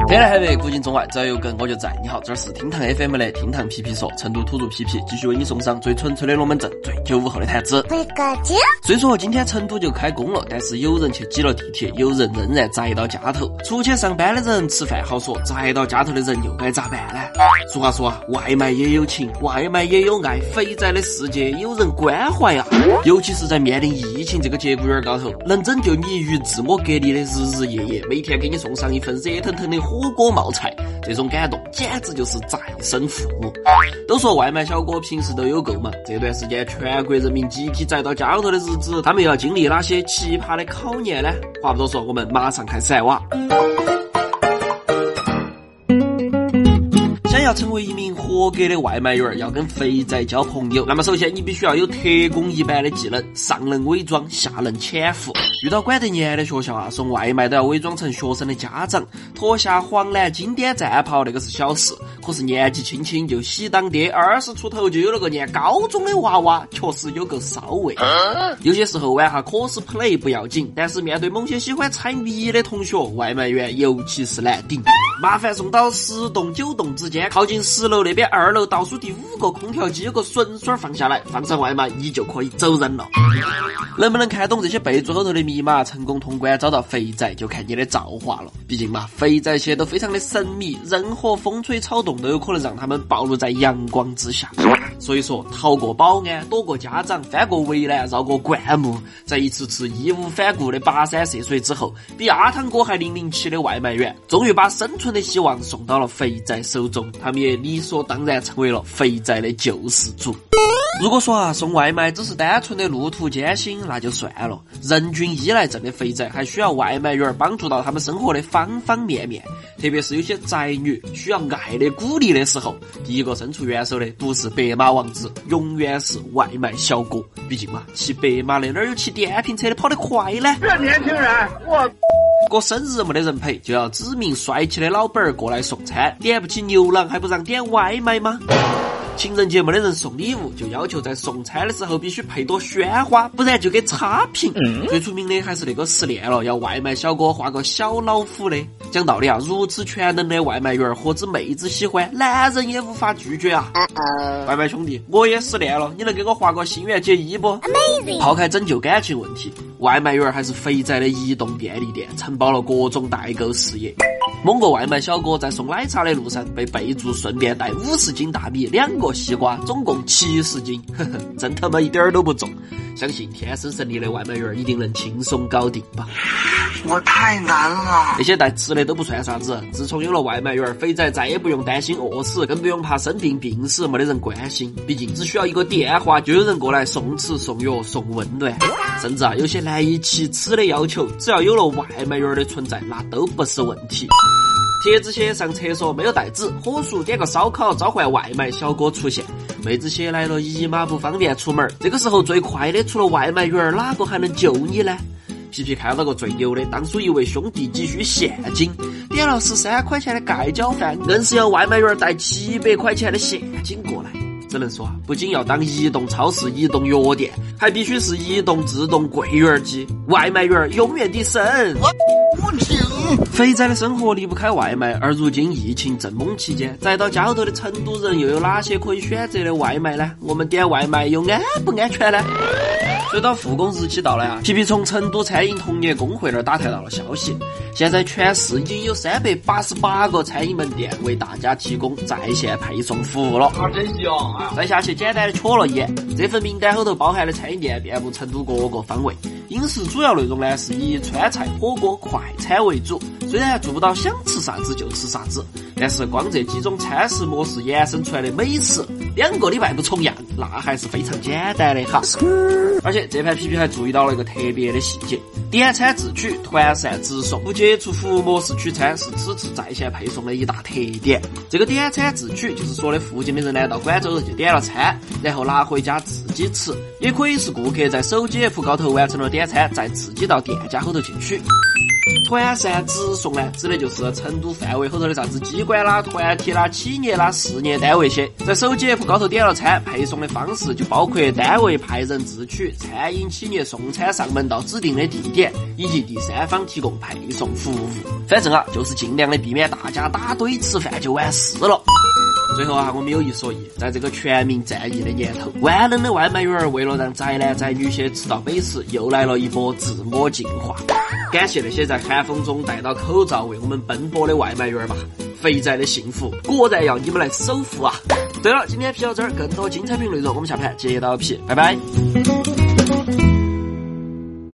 天南海北，古今中外，只要有梗我就在。你好，这是厅堂 FM 的厅堂皮皮说，成都土著皮皮继续为你送上最纯粹的龙门阵，最95后的谈资。虽说今天成都就开工了，但是有人去挤了地铁，有人仍然宅到家头。出去上班的人吃饭好说，宅到家头的人又该咋办呢？俗话说啊，外卖也有情，外卖也有爱，肥宅的世界有人关怀啊。尤其是在面临疫情这个节骨眼高头，能拯救你于自我隔离的日日夜夜，每天给你送上一份热腾腾的火锅冒菜，这种感动简直就是再生父母。都说外卖小哥平时都有够忙，这段时间全国人民集体宅到家头的日子，他们要经历哪些奇葩的考验呢？话不多说，我们马上开始来挖。想要成为一名合格的外卖员，要跟肥宅交朋友，那么首先你必须要有特工一般的技能，上能伪装，下能潜伏。遇到管得严的学校啊，送外卖都要伪装成学生的家长，脱下黄蓝经典战袍那个是小事，可是年纪轻轻就喜当爹，20出头就有了个念高中的娃娃，确实有够骚味。有些时候玩下cosplay不要紧，但是面对某些喜欢猜谜的同学，外卖员尤其是难顶。麻烦送到10栋9栋之间，靠近10楼那边2楼倒数第5个空调机有个笋笋放下来，放上外卖你就可以走人了。能不能看懂这些备注后头的密码，成功通关找到肥宅，就看你的造化了。毕竟嘛，肥宅些都非常的神秘，任何风吹草动都有可能让他们暴露在阳光之下。所以说，逃过保安，躲过家长，翻过围栏，绕过灌木，在一次次义无反顾的跋山涉水之后，比阿汤哥还007的外卖员终于把生存的希望送到了肥宅手中，他们也理所当然成为了肥宅的救世主。如果说啊，送外卖只是单纯的路途艰辛，那就算了。人均依赖症的肥宅还需要外卖员帮助到他们生活的方方面面，特别是有些宅女需要爱的鼓励的时候，第一个伸出援手的不是白马王子，永远是外卖小哥。毕竟嘛，骑白马的哪有骑电瓶车的跑得快呢？ 这年轻人， 过生日没得人陪，就要指明帅气的老板儿过来送餐，点不起牛郎还不让点外卖吗？情人节没得人送礼物，就要求在送餐的时候必须配朵鲜花，不然就给差评。最出名的还是那个失恋了要外卖小哥画个小老虎的。讲道理啊，如此全能的外卖员，何止妹子喜欢，男人也无法拒绝啊。外卖兄弟，我也失恋了，你能给我画个新垣结衣不？ Amazing。 抛开拯救感情问题，外卖员还是肥宅的移动便利店，承包了各种代购事业。某个外卖小哥在送奶茶的路上被备注顺便带50斤大米，2个西瓜，总共70斤，真他妈一点都不重。相信天生神力的外卖员一定能轻松搞定吧。 我太难了。 那些带吃的都不算啥子，自从有了外卖员，肥宅再也不用担心饿死，更不用怕生病病死，没得人关心。毕竟只需要一个电话，就有人过来送吃送药送温暖。甚至啊，有些难以启齿的要求，只要有了外卖员的存在，那都不是问题。帖子写上厕所没有带纸，火速点个烧烤召唤外卖小哥出现。妹子写来了姨妈不方便出门，这个时候最快的除了外卖员，哪个还能救你呢？皮皮看到个最牛的，当初一位兄弟急需现金，点了13块钱的盖浇饭，硬是要外卖员带700块钱的现金过来。只能说啊，不仅要当移动超市、移动药店，还必须是移动自动柜员机，外卖员永远的神。 不听。 肥宅的生活离不开外卖，而如今疫情正猛期间，宅到家头的成都人又有哪些可以选择的外卖呢？我们点外卖又安不安全呢？随到复工日期到来啊，皮皮从成都餐饮同业工会那儿打探到了消息，现在全市已经有388个餐饮门店为大家提供在线配送服务了。 真香啊！ 再下去简单的瞧了一眼，这份名单后头包含的餐饮店遍布成都各个方位，饮食主要内容呢是以川菜、火锅、快餐为主。虽然做不到想吃啥子就吃啥子，但是光这几种餐食模式衍生出来的美食，2个礼拜不重样，那还是非常简单的哈。而且这盘皮皮还注意到了一个特别的细节，点餐自取，团膳直送，不接触服务模式取餐是此次在线配送的一大特点。这个点餐自取就是说的附近的人来到广州就点了餐，然后拿回家自己吃，也可以是顾客在手机 App 高头完成了点餐，再自己到店家后头去取。 团膳直送呢，指的就是成都范围后头的啥子机关啦、团体啦、企业啦、事业单位些，在手机 app 高头点了餐，配送的方式就包括单位派人自取、餐饮企业送餐上门到指定的地点，以及第三方提供配送服务。反正啊，就是尽量的避免大家打堆吃饭就完事了。最后啊，我们有一说一，在这个全民战役的年头，万能的外卖员为了让宅男宅女些吃到美食，又来了一波自我进化。感谢那些在寒风中戴到口罩为我们奔波的外卖员吧，肥宅的幸福果然要你们来守护啊！对了，今天皮到这儿，更多精彩评论内容我们下盘接到皮，拜拜。